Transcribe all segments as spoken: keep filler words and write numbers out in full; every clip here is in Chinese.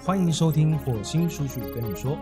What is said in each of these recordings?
欢迎收听火星叔叔跟你说。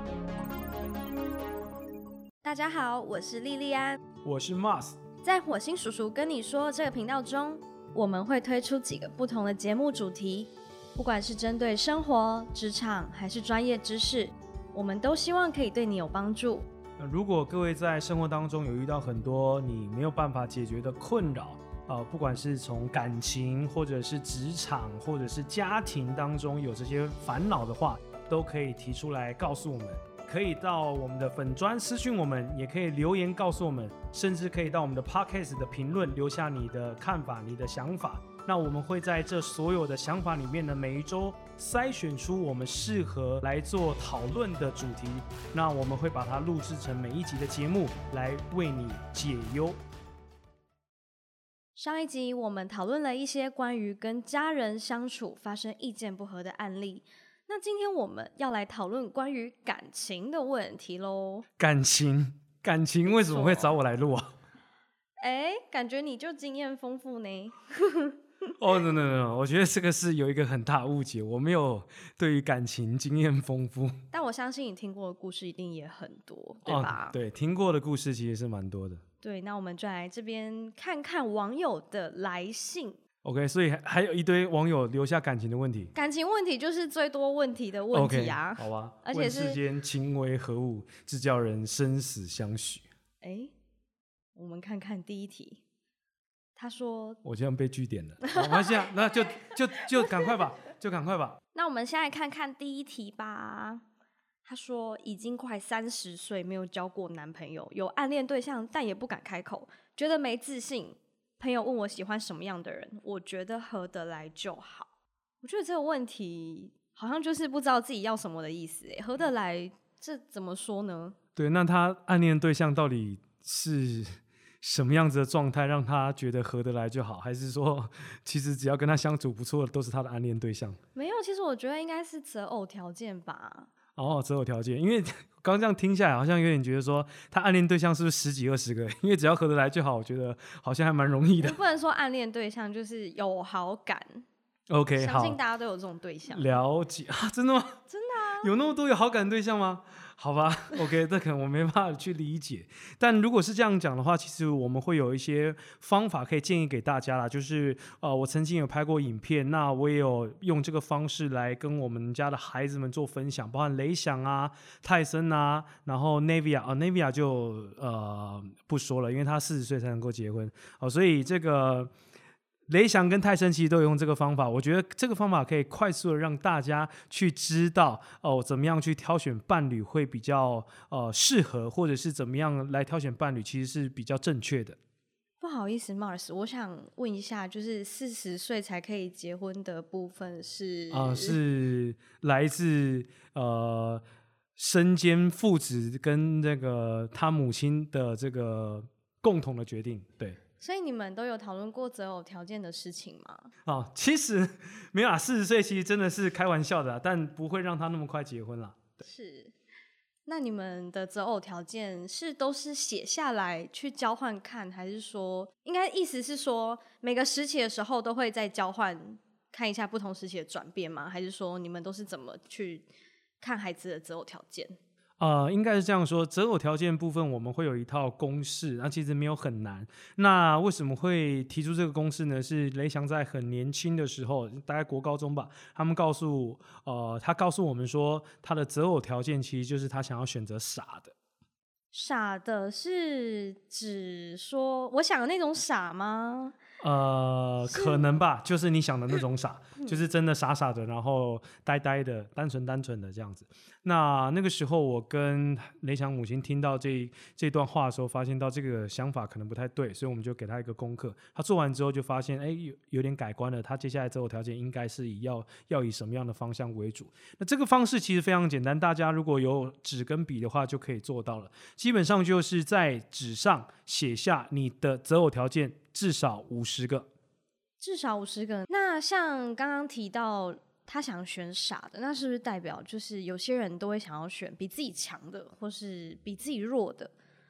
大家好，我是莉莉安， 我是 Mars。 在火星叔叔跟你说这个频道中，我们会推出几个不同的节目主题，不管是针对生活、职场还是专业知识，我们都希望可以对你有帮助。 如果各位在生活当中有遇到很多你没有办法解决的困扰，呃，不管是从感情或者是职场或者是家庭当中有这些烦恼的话，都可以提出来告诉我们，可以到我们的粉专私讯我们，也可以留言告诉我们，甚至可以到我们的 Podcast 的评论留下你的看法、你的想法。那我们会在这所有的想法里面呢，每一周筛选出我们适合来做讨论的主题，那我们会把它录制成每一集的节目来为你解忧。 上一集我们讨论了一些关于跟家人相处发生意见不合的案例，那今天我们要来讨论关于感情的问题咯。 感情感情为什么会找我来录啊？ 哎，感觉你就经验丰富呢。 哦、oh, no, no, no, 我觉得这个是有一个很大的误解，我没有对于感情经验丰富， 但我相信你听过的故事一定也很多，对吧？ oh, 对，听过的故事其实是蛮多的。 对，那我们就来这边看看网友的来信。 OK， 所以还有一堆网友留下感情的问题， 感情问题就是最多问题的问题啊。 okay, 好吧， 而且是问世间情为何物，直叫人生死相许。 哎，我们看看第一题，他说我这样被句点了，好，没关系啊，那就就就赶快吧，就赶快吧。 那我们现在看看第一题吧。他说已经快三十岁，没有交过男朋友，有暗恋对象，但也不敢开口，觉得没自信。朋友问我喜欢什么样的人，我觉得合得来就好。我觉得这个问题好像就是不知道自己要什么的意思。合得来这怎么说呢？ 对，那他暗恋对象到底是什么样子的状态让他觉得合得来就好，还是说其实只要跟他相处不错的都是他的暗恋对象？ 没有，其实我觉得应该是择偶条件吧。 哦，择偶条件，因为刚刚这样听下来好像有点觉得说他暗恋对象是不是十几二十个，因为只要合得来就好，我觉得好像还蛮容易的。 不能说暗恋对象，就是有好感。 OK， 好， 相信大家都有这种对象。 了解啊，真的吗？ 真的啊， 有那么多有好感的对象吗？好吧，OK， 这可能我没办法去理解。但如果是这样讲的话，其实我们会有一些方法可以建议给大家啦。就是呃，我曾经有拍过影片，那我也有用这个方式来跟我们家的孩子们做分享，包含雷翔啊、泰森啊，然后 Navia 啊 ，Navia 就呃不说了，因为他四十岁才能够结婚哦，所以这个。雷翔跟泰森其实都有用这个方法，我觉得这个方法可以快速的让大家去知道哦，怎么样去挑选伴侣会比较呃适合，或者是怎么样来挑选伴侣其实是比较正确的。 不好意思 Mars， 我想问一下，就是四十岁才可以结婚的部分是啊、呃，是来自呃身兼父子跟这个他母亲的这个共同的决定，对。 所以你们都有讨论过择偶条件的事情吗？ 哦，其实没有啦，四十岁其实真的是开玩笑的啦，但不会让他那么快结婚啦。 是，那你们的择偶条件是都是写下来去交换看，还是说应该意思是说每个时期的时候都会再交换看一下不同时期的转变吗？还是说你们都是怎么去看孩子的择偶条件？ 呃，应该是这样说，择偶条件部分我们会有一套公式，那其实没有很难。那为什么会提出这个公式呢？是雷翔在很年轻的时候，大概国高中吧，他们告诉呃，他告诉我们说，他的择偶条件其实就是他想要选择傻的。 傻的是指说我想的那种傻吗？ 呃，可能吧，就是你想的那种傻，就是真的傻傻的，然后呆呆的，单纯单纯的这样子。那那个时候，我跟雷翔母亲听到这这段话的时候，发现到这个想法可能不太对，所以我们就给他一个功课。他做完之后就发现，哎，有有点改观了。他接下来择偶条件应该是以要要以什么样的方向为主？那这个方式其实非常简单，大家如果有纸跟笔的话，就可以做到了。基本上就是在纸上写下你的择偶条件。至少五十个， 至少五十个。那像刚刚提到他想选傻的，那是不是代表就是有些人都会想要选比自己强的，或是比自己弱的？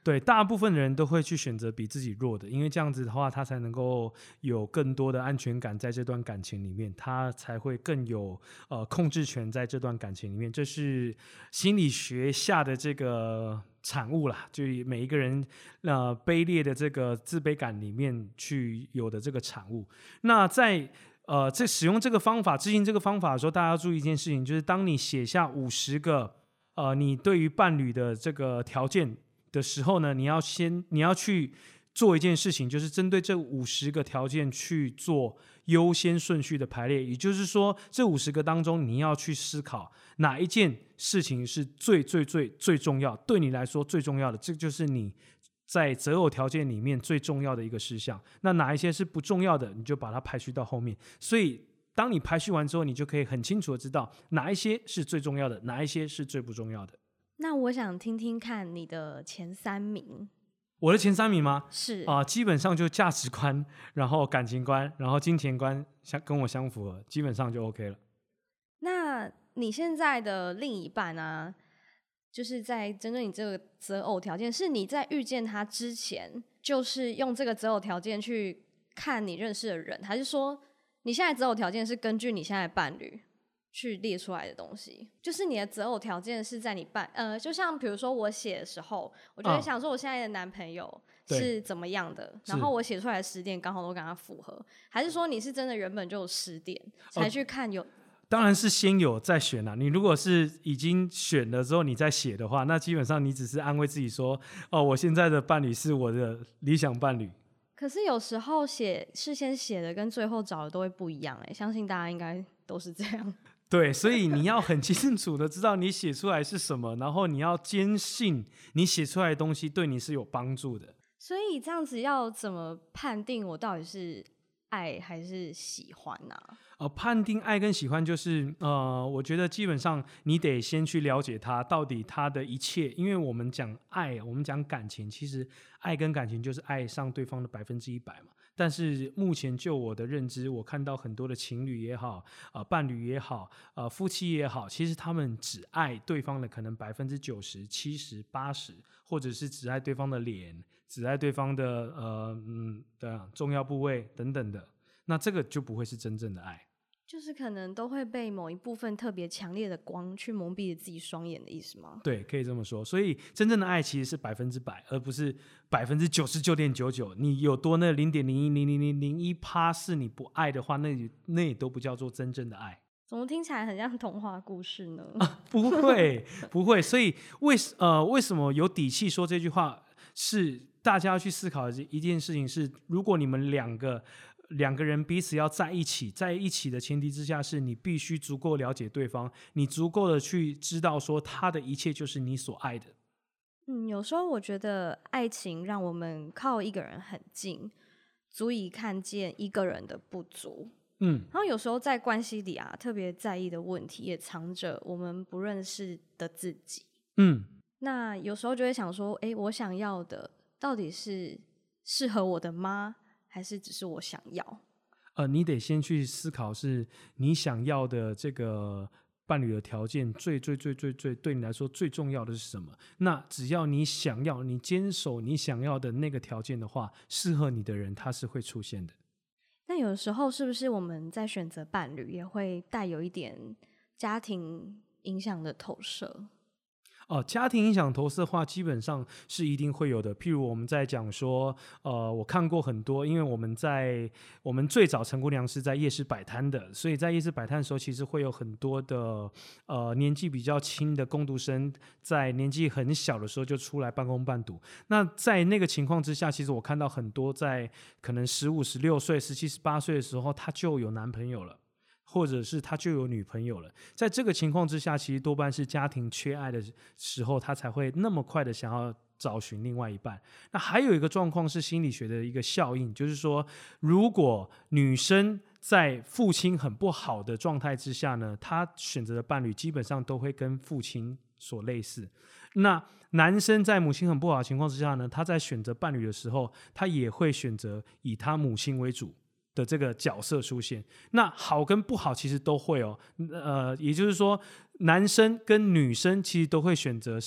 对，大部分人都会去选择比自己弱的，因为这样子的话，他才能够有更多的安全感在这段感情里面，他才会更有呃控制权在这段感情里面。这是心理学下的这个产物啦，就每一个人呃卑劣的这个自卑感里面去有的这个产物。那在呃在使用这个方法、执行这个方法的时候，大家要注意一件事情，就是当你写下五十个呃你对于伴侣的这个条件的时候呢，你要先你要去做一件事情，就是针对这五十个条件去做优先顺序的排列。也就是说，这五十个当中，你要去思考哪一件事情是最最最最重要，对你来说最重要的，这就是你在择偶条件里面最重要的一个事项。那哪一些是不重要的，你就把它排序到后面。所以当你排序完之后，你就可以很清楚的知道哪一些是最重要的，哪一些是最不重要的。 那我想听听看你的前三名。 我的前三名吗？ 是啊、呃，基本上就价值观，然后感情观，然后金钱观相跟我相符合，基本上就 OK 了。 那你现在的另一半啊，就是在针对你这个择偶条件，是你在遇见他之前，就是用这个择偶条件去看你认识的人，还是说你现在择偶条件是根据你现在的伴侣去列出来的东西？就是你的择偶条件是在你伴呃，就像比如说我写的时候，我就会想说我现在的男朋友是怎么样的，然后我写出来的十点刚好都跟他符合，还是说你是真的原本就有十点才去看有？哦， 当然是先有再选啊。你如果是已经选了之后你再写的话，那基本上你只是安慰自己说，哦，我现在的伴侣是我的理想伴侣。 可是有时候写事先写的跟最后找的都会不一样，哎，相信大家应该都是这样。 对，所以你要很清楚的知道你写出来是什么，然后你要坚信你写出来的东西对你是有帮助的。 所以这样子要怎么判定我到底是爱还是喜欢啊？ 呃，判定爱跟喜欢就是呃，我觉得基本上你得先去了解他到底他的一切，因为我们讲爱，我们讲感情，其实爱跟感情就是爱上对方的百分之一百嘛。但是目前就我的认知，我看到很多的情侣也好，呃，伴侣也好，呃，夫妻也好，其实他们只爱对方的可能百分之九十、七十、八十，或者是只爱对方的脸，只爱对方的呃嗯的重要部位等等的。那这个就不会是真正的爱。 就是可能都会被某一部分特别强烈的光去蒙蔽了自己双眼的意思吗？ 对，可以这么说。所以真正的爱其实是百分之百，而不是百分之九十九点九九。你有多那零点零一零零零零一趴是你不爱的话，那那也都不叫做真正的爱。 怎么听起来很像童话故事呢？ 啊、不会，不会。所以为呃为什么有底气说这句话？是大家要去思考的一件事情是，如果你们两个。两个人彼此要在一起，在一起的前提之下，是你必须足够了解对方，你足够的去知道说他的一切就是你所爱的。 嗯，有时候我觉得爱情让我们靠一个人很近，足以看见一个人的不足。嗯，然后有时候在关系里啊，特别在意的问题也藏着我们不认识的自己。嗯，那有时候就会想说，哎，我想要的到底是适合我的吗？还是只是我想要？ 呃，你得先去思考，是你想要的这个伴侣的条件最最最最最对你来说最重要的是什么？那只要你想要，你坚守你想要的那个条件的话，适合你的人他是会出现的。 那有时候是不是我们在选择伴侣也会带有一点家庭影响的投射？ 哦、呃，家庭影响投射的话，基本上是一定会有的。譬如我们在讲说，呃，我看过很多，因为我们在我们最早陈姑娘是在夜市摆摊的，所以在夜市摆摊的时候，其实会有很多的呃年纪比较轻的工读生，在年纪很小的时候就出来半工半读。那在那个情况之下，其实我看到很多在可能十五、十六岁、十七、十八岁的时候，他就有男朋友了。或者是他就有女朋友了，在这个情况之下，其实多半是家庭缺爱的时候，他才会那么快的想要找寻另外一半。那还有一个状况是心理学的一个效应，就是说，如果女生在父亲很不好的状态之下呢，她选择的伴侣基本上都会跟父亲所类似。那男生在母亲很不好的情况之下呢，他在选择伴侣的时候，他也会选择以他母亲为主的这个角色出现。那好跟不好其实都会哦，呃，也就是说男生跟女生其实都会选择是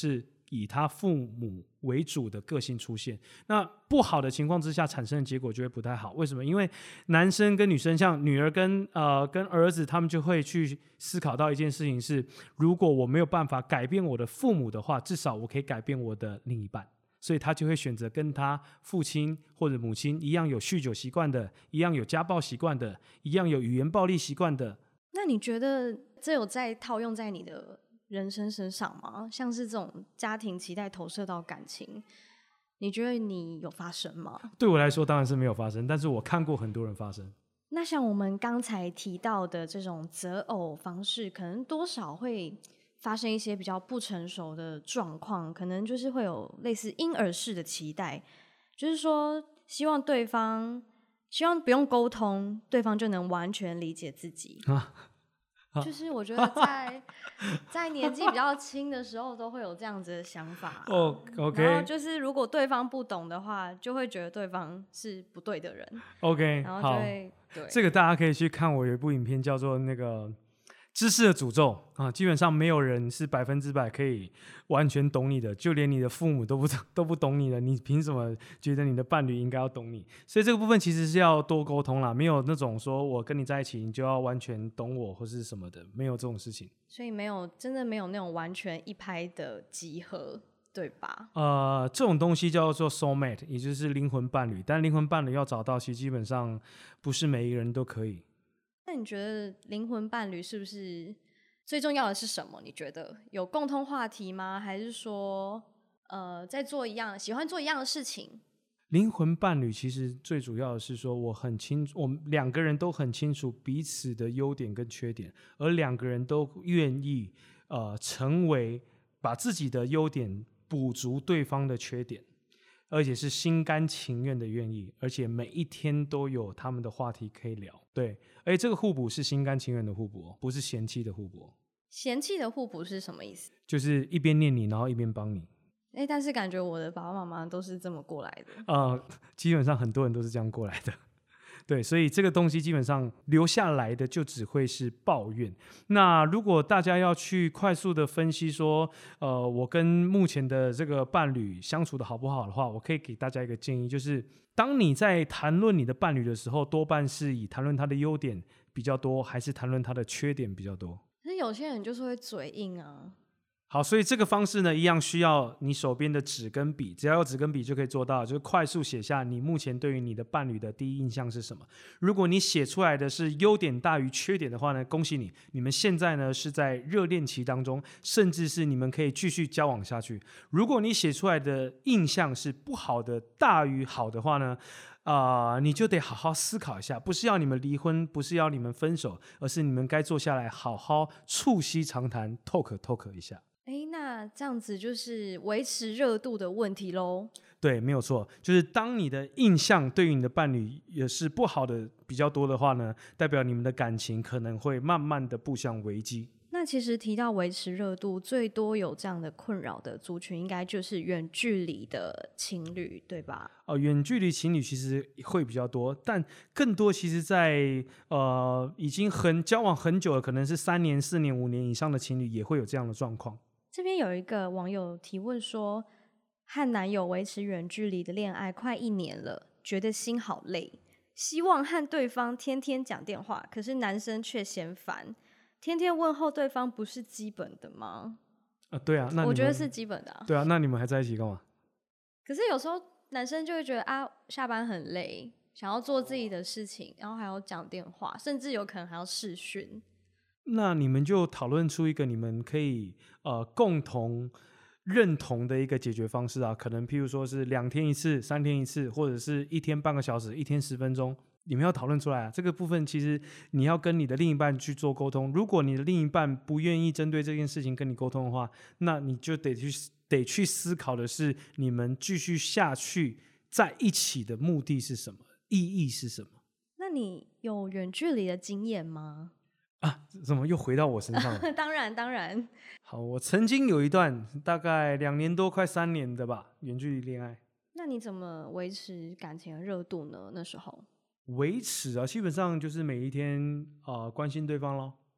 以他父母为主的个性出现。那不好的情况之下产生的结果就会不太好。为什么？因为男生跟女生，像女儿跟呃跟儿子，他们就会去思考到一件事情是：如果我没有办法改变我的父母的话，至少我可以改变我的另一半。所以他就会选择跟他父亲或者母亲一样有酗酒习惯的，一样有家暴习惯的，一样有语言暴力习惯的。 那你觉得这有在套用在你的人生身上吗？像是这种家庭期待投射到感情，你觉得你有发生吗？ 对我来说当然是没有发生，但是我看过很多人发生。 那像我们刚才提到的这种择偶方式，可能多少会发生一些比较不成熟的状况，可能就是会有类似婴儿式的期待，就是说希望对方希望不用沟通，对方就能完全理解自己。 啊啊、 就是我觉得在在年纪比较轻的时候都会有这样子的想法、啊。 哦、OK， 然后就是如果对方不懂的话，就会觉得对方是不对的人。 OK， 然后就会对这个大家可以去看我有一部影片叫做那个知识的诅咒啊，基本上没有人是百分之百可以完全懂你的，就连你的父母都不都不懂你的，你凭什么觉得你的伴侣应该要懂你？所以这个部分其实是要多沟通啦，没有那种说我跟你在一起你就要完全懂我或是什么的，没有这种事情。 所以没有真的没有那种完全一拍的集合，对吧？ 呃，这种东西叫做 soul mate， 也就是灵魂伴侣，但灵魂伴侣要找到，其实基本上不是每一个人都可以。 那你觉得灵魂伴侣是不是最重要的是什么？你觉得有共同话题吗？还是说，呃，在做一样喜欢做一样的事情？ 灵魂伴侣其实最主要的是说，我很清楚，我们两个人都很清楚彼此的优点跟缺点，而两个人都愿意呃成为把自己的优点补足对方的缺点，而且是心甘情愿的愿意，而且每一天都有他们的话题可以聊。对，而且这个互补是心甘情愿的互补，不是嫌弃的互补。 嫌弃的互补是什么意思？ 就是一边念你，然后一边帮你。 哎、欸，但是感觉我的爸爸妈妈都是这么过来的。 呃，基本上很多人都是这样过来的。对，所以这个东西基本上留下来的就只会是抱怨。那如果大家要去快速的分析说，呃，我跟目前的这个伴侣相处的好不好的话，我可以给大家一个建议，就是当你在谈论你的伴侣的时候，多半是以谈论他的优点比较多，还是谈论他的缺点比较多？ 可是有些人就是会嘴硬啊。 好，所以这个方式呢，一样需要你手边的纸跟笔，只要有纸跟笔就可以做到，就是快速写下你目前对于你的伴侣的第一印象是什么。如果你写出来的是优点大于缺点的话呢，恭喜你，你们现在呢是在热恋期当中，甚至是你们可以继续交往下去。如果你写出来的印象是不好的大于好的话呢，啊、呃，你就得好好思考一下，不是要你们离婚，不是要你们分手，而是你们该坐下来好好促膝长谈 ，talk talk 一下。 哎，那这样子就是维持热度的问题咯。 对，没有错，就是当你的印象对于你的伴侣也是不好的比较多的话呢，代表你们的感情可能会慢慢的步向危机。 那其实提到维持热度，最多有这样的困扰的族群，应该就是远距离的情侣，对吧？ 哦、呃，远距离情侣其实会比较多，但更多其实在呃已经很交往很久了，可能是三年、四年、五年以上的情侣也会有这样的状况。 这边有一个网友提问说，和男友维持远距离的恋爱快一年了，觉得心好累，希望和对方天天讲电话，可是男生却嫌烦，天天问候对方不是基本的吗？ 啊，对啊，那我觉得是基本的啊。 对啊，那你们还在一起干嘛？ 可是有时候男生就会觉得啊，下班很累，想要做自己的事情，然后还要讲电话，甚至有可能还要视讯。 那你们就讨论出一个你们可以呃共同认同的一个解决方式啊，可能譬如说是两天一次、三天一次，或者是一天半个小时、一天十分钟，你们要讨论出来啊。这个部分其实你要跟你的另一半去做沟通。如果你的另一半不愿意针对这件事情跟你沟通的话，那你就得去得去思考的是，你们继续下去在一起的目的是什么，意义是什么？ 那你有远距离的经验吗？ 啊，怎么又回到我身上了？ 当然当然。 好，我曾经有一段大概两年多快三年的吧远距离恋爱。 那你怎么维持感情的热度呢？那时候维持啊，基本上就是每一天啊、呃、关心对方咯。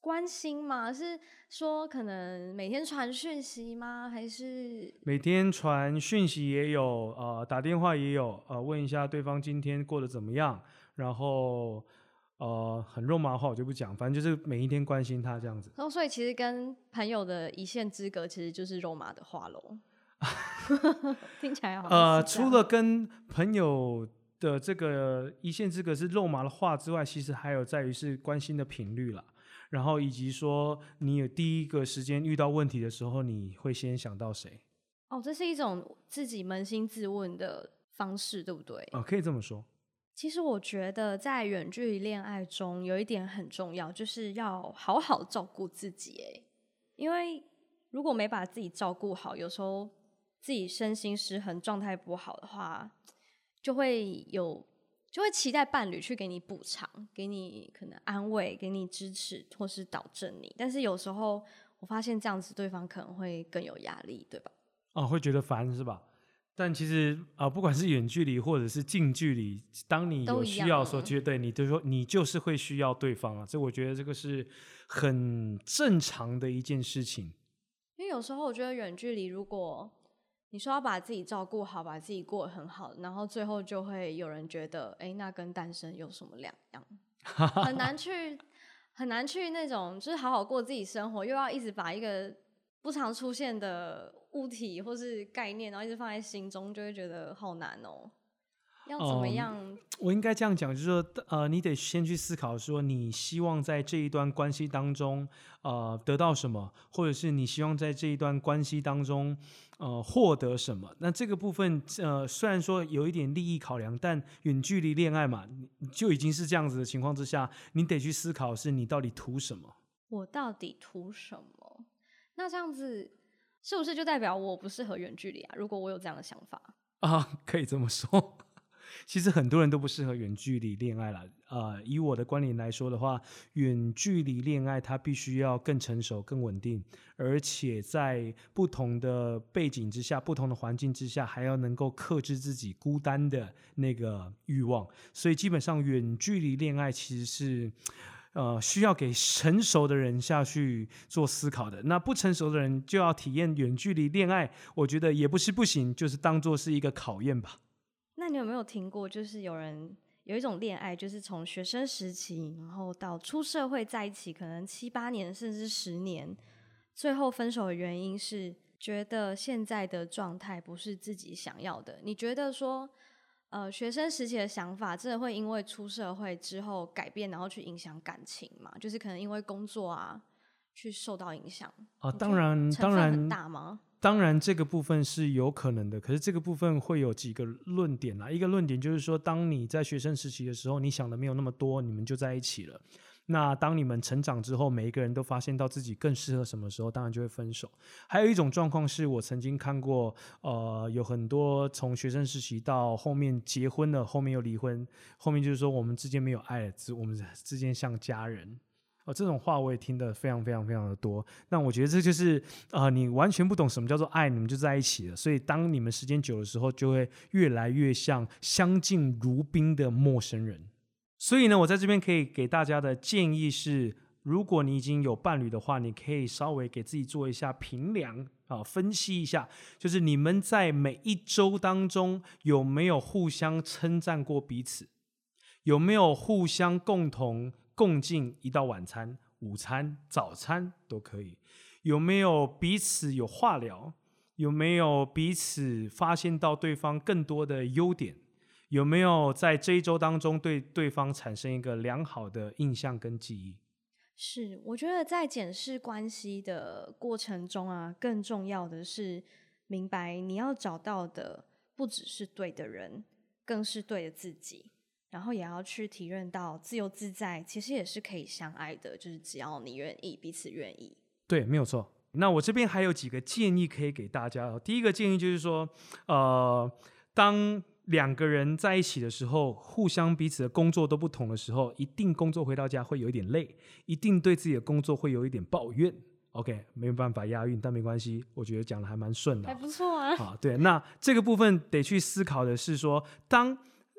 关心吗？是说可能每天传讯息吗？还是每天传讯息也有，呃，打电话也有，呃，问一下对方今天过得怎么样，然后呃，很肉麻的话我就不讲，反正就是每一天关心他这样子。 哦，所以其实跟朋友的一线之隔，其实就是肉麻的话喽。听起来好像呃， 是这样除了跟朋友的这个一线之隔是肉麻的话之外，其实还有在于是关心的频率啦，然后以及说你有第一个时间遇到问题的时候，你会先想到谁？ 哦，这是一种自己扪心自问的方式，对不对？ 呃，可以这么说。 其实我觉得在远距离恋爱中有一点很重要，就是要好好照顾自己诶，因为如果没把自己照顾好，有时候自己身心失衡状态不好的话，就会有就会期待伴侣去给你补偿，给你可能安慰，给你支持或是导正你，但是有时候我发现这样子对方可能会更有压力，对吧？ 哦，会觉得烦是吧？但其实啊、呃不管是远距离或者是近距离，当你有都一需要的时候， 样绝对你就说你就是会需要对方啊，这我觉得这个是很正常的一件事情。 因为有时候我觉得远距离，如果你说要把自己照顾好，把自己过得很好，然后最后就会有人觉得，哎，那跟单身有什么两样？很难去很难去那种就是好好过自己生活，又要一直把一个不常出现的物体或是概念，然后一直放在心中，就会觉得好难哦。要怎么嗯， 样？ 我应该这样讲，就是说，呃，你得先去思考，说你希望在这一段关系当中，呃，得到什么，或者是你希望在这一段关系当中，呃，获得什么。那这个部分，呃，虽然说有一点利益考量，但远距离恋爱嘛，你就已经是这样子的情况之下，你得去思考，是你到底图什么。 我到底图什么？那这样子是不是就代表我不适合远距离啊？如果我有这样的想法。 啊，可以这么说。其实很多人都不适合远距离恋爱啦。呃，以我的观点来说的话，远距离恋爱它必须要更成熟、更稳定，而且在不同的背景之下、不同的环境之下，还要能够克制自己孤单的那个欲望。所以基本上，远距离恋爱其实是。呃，需要给成熟的人下去做思考的。那不成熟的人就要体验远距离恋爱，我觉得也不是不行，就是当做是一个考验吧。 那你有没有听过，就是有人有一种恋爱，就是从学生时期，然后到出社会在一起，可能七八年甚至十年，最后分手的原因是觉得现在的状态不是自己想要的。你觉得说，呃，学生时期的想法真的会因为出社会之后改变，然后去影响感情吗？就是可能因为工作啊，去受到影响啊， 你觉得当然， 成分很当然， 大吗？ 当然，这个部分是有可能的。可是这个部分会有几个论点啊。一个论点就是说，当你在学生时期的时候，你想的没有那么多，你们就在一起了。那当你们成长之后，每一个人都发现到自己更适合什么时候，当然就会分手。还有一种状况是我曾经看过，呃，有很多从学生时期到后面结婚了，后面又离婚，后面就是说我们之间没有爱了，只我们之间像家人。哦，这种话我也听得非常非常非常的多。那我觉得这就是啊、呃你完全不懂什么叫做爱，你们就在一起了。所以当你们时间久的时候，就会越来越像相敬如宾的陌生人。所以呢，我在这边可以给大家的建议是，如果你已经有伴侣的话，你可以稍微给自己做一下评量啊，分析一下，就是你们在每一周当中有没有互相称赞过彼此，有没有互相共同共进一道晚餐、午餐、早餐都可以，有没有彼此有话聊，有没有彼此发现到对方更多的优点。有没有在这一周当中对对方产生一个良好的印象跟记忆？ 是，我觉得在检视关系的过程中啊，更重要的是明白你要找到的不只是对的人，更是对的自己。然后也要去体认到自由自在，其实也是可以相爱的，就是只要你愿意，彼此愿意。 对，没有错。那我这边还有几个建议可以给大家。第一个建议就是说，呃，当两个人在一起的时候，互相彼此的工作都不同的时候，一定工作回到家会有一点累，一定对自己的工作会有一点抱怨。OK， 没有办法押韵，但没关系，我觉得讲的还蛮顺的， 还不错啊。 啊，对，那这个部分得去思考的是说，当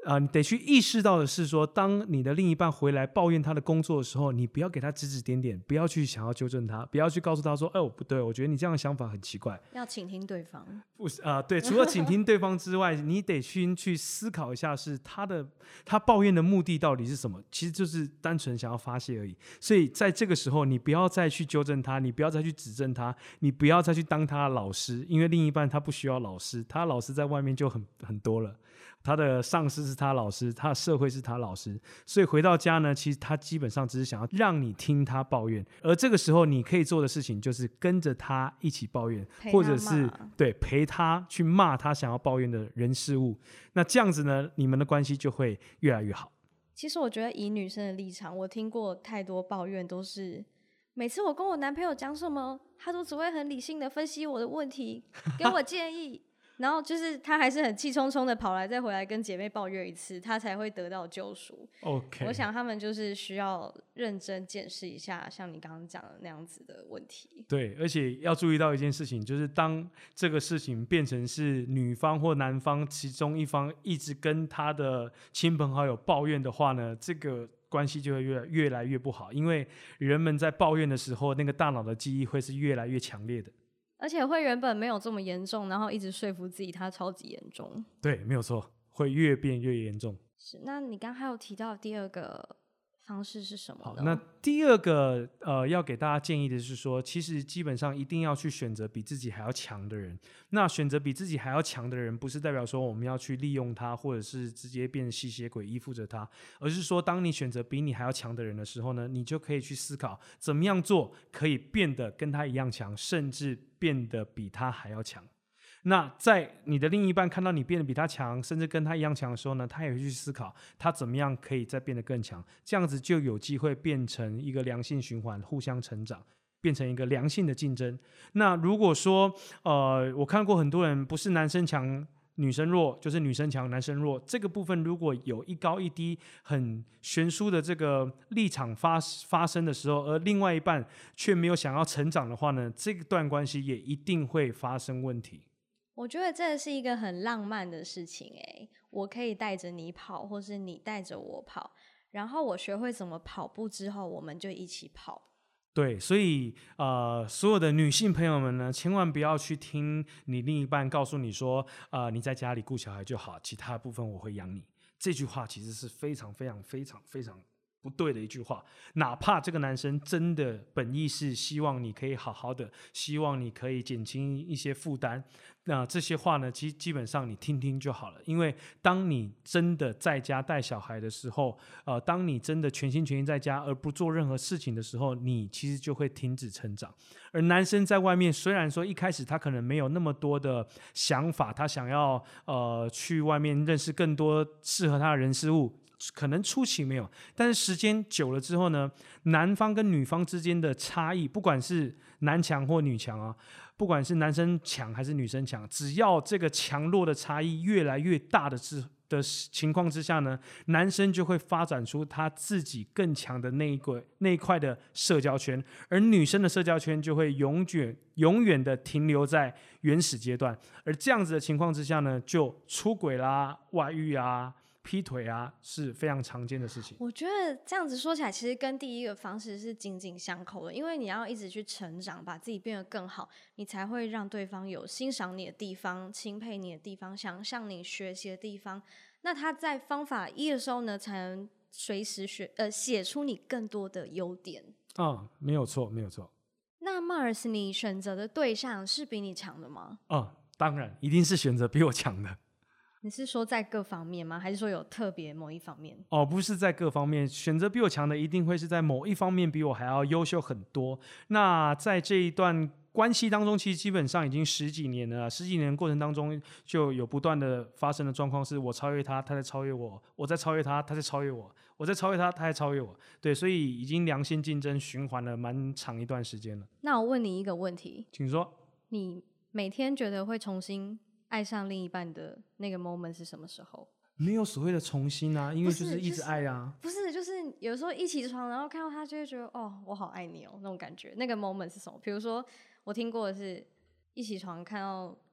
呃，你得去意识到的是说，当你的另一半回来抱怨他的工作的时候，你不要给他指指点点，不要去想要纠正他，不要去告诉他说，哎，我不对，我觉得你这样的想法很奇怪。 要倾听对方。 不是啊、呃，对，除了倾听对方之外，你得去去思考一下，是他的他抱怨的目的到底是什么？其实就是单纯想要发泄而已。所以在这个时候，你不要再去纠正他，你不要再去指正他，你不要再去当他的老师，因为另一半他不需要老师，他的老师在外面就很很多了。他的上司是他老师，他的社会是他老师，所以回到家呢，其实他基本上只是想要让你听他抱怨，而这个时候你可以做的事情就是跟着他一起抱怨， 陪他或者是骂对陪他去骂他想要抱怨的人事物，那这样子呢，你们的关系就会越来越好。 其实我觉得以女生的立场，我听过太多抱怨，都是每次我跟我男朋友讲什么，他都只会很理性的分析我的问题，给我建议。然后就是他还是很气冲冲的跑来再回来跟姐妹抱怨一次，他才会得到救赎。 OK， 我想他们就是需要认真检视一下像你刚刚讲的那样子的问题。 对，而且要注意到一件事情，就是当这个事情变成是女方或男方其中一方一直跟他的亲朋好友抱怨的话呢，这个关系就会越来越来越不好，因为人们在抱怨的时候，那个大脑的记忆会是越来越强烈的。 而且会原本没有这么严重，然后一直说服自己它超级严重。 对，没有错，会越变越严重。 是，那你刚还有提到第二个方式是什么好， 呢？ 那第二个呃，要给大家建议的是说，其实基本上一定要去选择比自己还要强的人。那选择比自己还要强的人，不是代表说我们要去利用他，或者是直接变吸血鬼依附着他，而是说，当你选择比你还要强的人的时候呢，你就可以去思考怎么样做可以变得跟他一样强，甚至变得比他还要强。那在你的另一半看到你变得比他强，甚至跟他一样强的时候呢，他也会去思考他怎么样可以再变得更强，这样子就有机会变成一个良性循环，互相成长，变成一个良性的竞争。那如果说呃，我看过很多人不是男生强女生弱，就是女生强男生弱，这个部分如果有一高一低很悬殊的这个立场 发, 发生的时候，而另外一半却没有想要成长的话呢，这段关系也一定会发生问题。 我觉得这是一个很浪漫的事情欸，我可以带着你跑，或是你带着我跑，然后我学会怎么跑步之后，我们就一起跑。 对，所以呃，所有的女性朋友们呢，千万不要去听你另一半告诉你说，呃，你在家里顾小孩就好，其他的部分我会养你。这句话其实是非常非常非常非常不对的一句话。哪怕这个男生真的本意是希望你可以好好的，希望你可以减轻一些负担，那这些话呢，其实基本上你听听就好了。因为当你真的在家带小孩的时候，呃，当你真的全心全意在家而不做任何事情的时候，你其实就会停止成长。而男生在外面，虽然说一开始他可能没有那么多的想法，他想要呃去外面认识更多适合他的人事物，可能初期没有，但是时间久了之后呢，男方跟女方之间的差异，不管是男强或女强啊，不管是男生强还是女生强，只要这个强弱的差异越来越大的之的情况之下呢，男生就会发展出他自己更强的那一个那一块的社交圈，而女生的社交圈就会永远永远的停留在原始阶段，而这样子的情况之下呢，就出轨啦、外遇啊、劈腿啊是非常常见的事情。 我觉得这样子说起来，其实跟第一个方式是紧紧相扣的，因为你要一直去成长，把自己变得更好，你才会让对方有欣赏你的地方、钦佩你的地方、想向你学习的地方。那他在方法一的时候呢，才能随时学呃写出你更多的优点。 嗯，没有错，没有错。 那 Mars， 你选择的对象是比你强的吗？ 嗯，当然，一定是选择比我强的。 你是说在各方面吗？还是说有特别某一方面？ 哦，不是在各方面，选择比我强的一定会是在某一方面比我还要优秀很多。那在这一段关系当中，其实基本上已经十几年了，十几年的过程当中就有不断的发生的状况，是我超越他，他在超越我，我在超越他，他在超越我，我在超越他，他在超越我。对，所以已经良性竞争循环了蛮长一段时间了。 那我问你一个问题， 请说。 你每天觉得会重新爱上另一半的那个 moment 是什么时候？ 没有所谓的重新啊，因为就是一直爱啊。 不是，就是有时候一起床，然后看到他就会觉得哦，我好爱你哦，那种感觉。那个 moment 是什么？比如说我听过的是一起床看到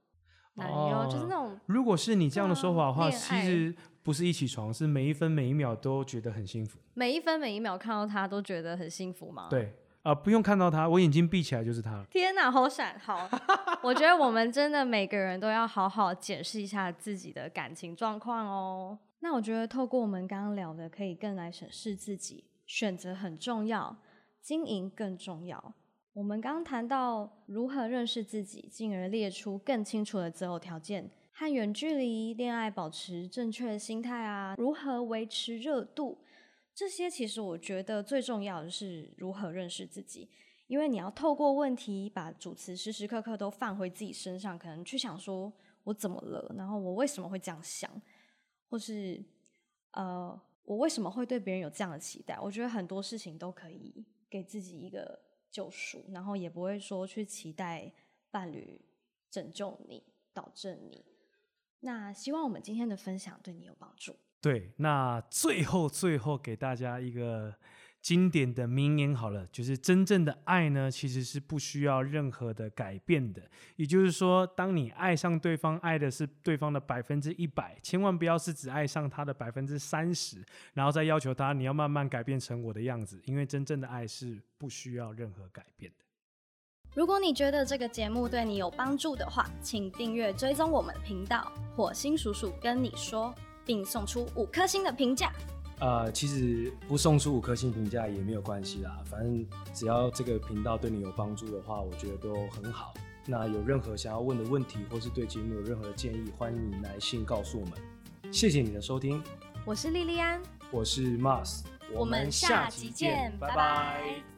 男优、 哦、 就是那种。 如果是你这样的说法的话， 恋爱其实不是一起床，是每一分每一秒都觉得很幸福。 每一分每一秒看到他都觉得很幸福吗？ 对，呃，不用看到他，我眼睛闭起来就是他了。 天哪，好闪！好，我觉得我们真的每个人都要好好检视一下自己的感情状况哦。那我觉得透过我们刚刚聊的，可以更来审视自己，选择很重要，经营更重要。我们刚刚谈到如何认识自己，进而列出更清楚的择偶条件，和远距离恋爱保持正确的心态啊，如何维持热度，这些其实我觉得最重要的是如何认识自己。因为你要透过问题把主词时时刻刻都放回自己身上，可能去想说我怎么了，然后我为什么会这样想，或是呃我为什么会对别人有这样的期待。我觉得很多事情都可以给自己一个救赎，然后也不会说去期待伴侣拯救你导正你。那希望我们今天的分享对你有帮助。 对，那最后最后给大家一个经典的名言好了，就是真正的爱呢，其实是不需要任何的改变的。也就是说，当你爱上对方，爱的是对方的百分之一百，千万不要是只爱上他的百分之三十，然后再要求他你要慢慢改变成我的样子，因为真正的爱是不需要任何改变的。 如果你觉得这个节目对你有帮助的话，请订阅追踪我们的频道火星叔叔跟你说，并送出五颗星的评价。 呃，其实不送出五颗星评价也没有关系啦，反正只要这个频道对你有帮助的话，我觉得都很好。那有任何想要问的问题，或是对节目有任何的建议，欢迎你来信告诉我们。谢谢你的收听， 我是莉莉安， 我是 Mars， 我们下集见，拜拜。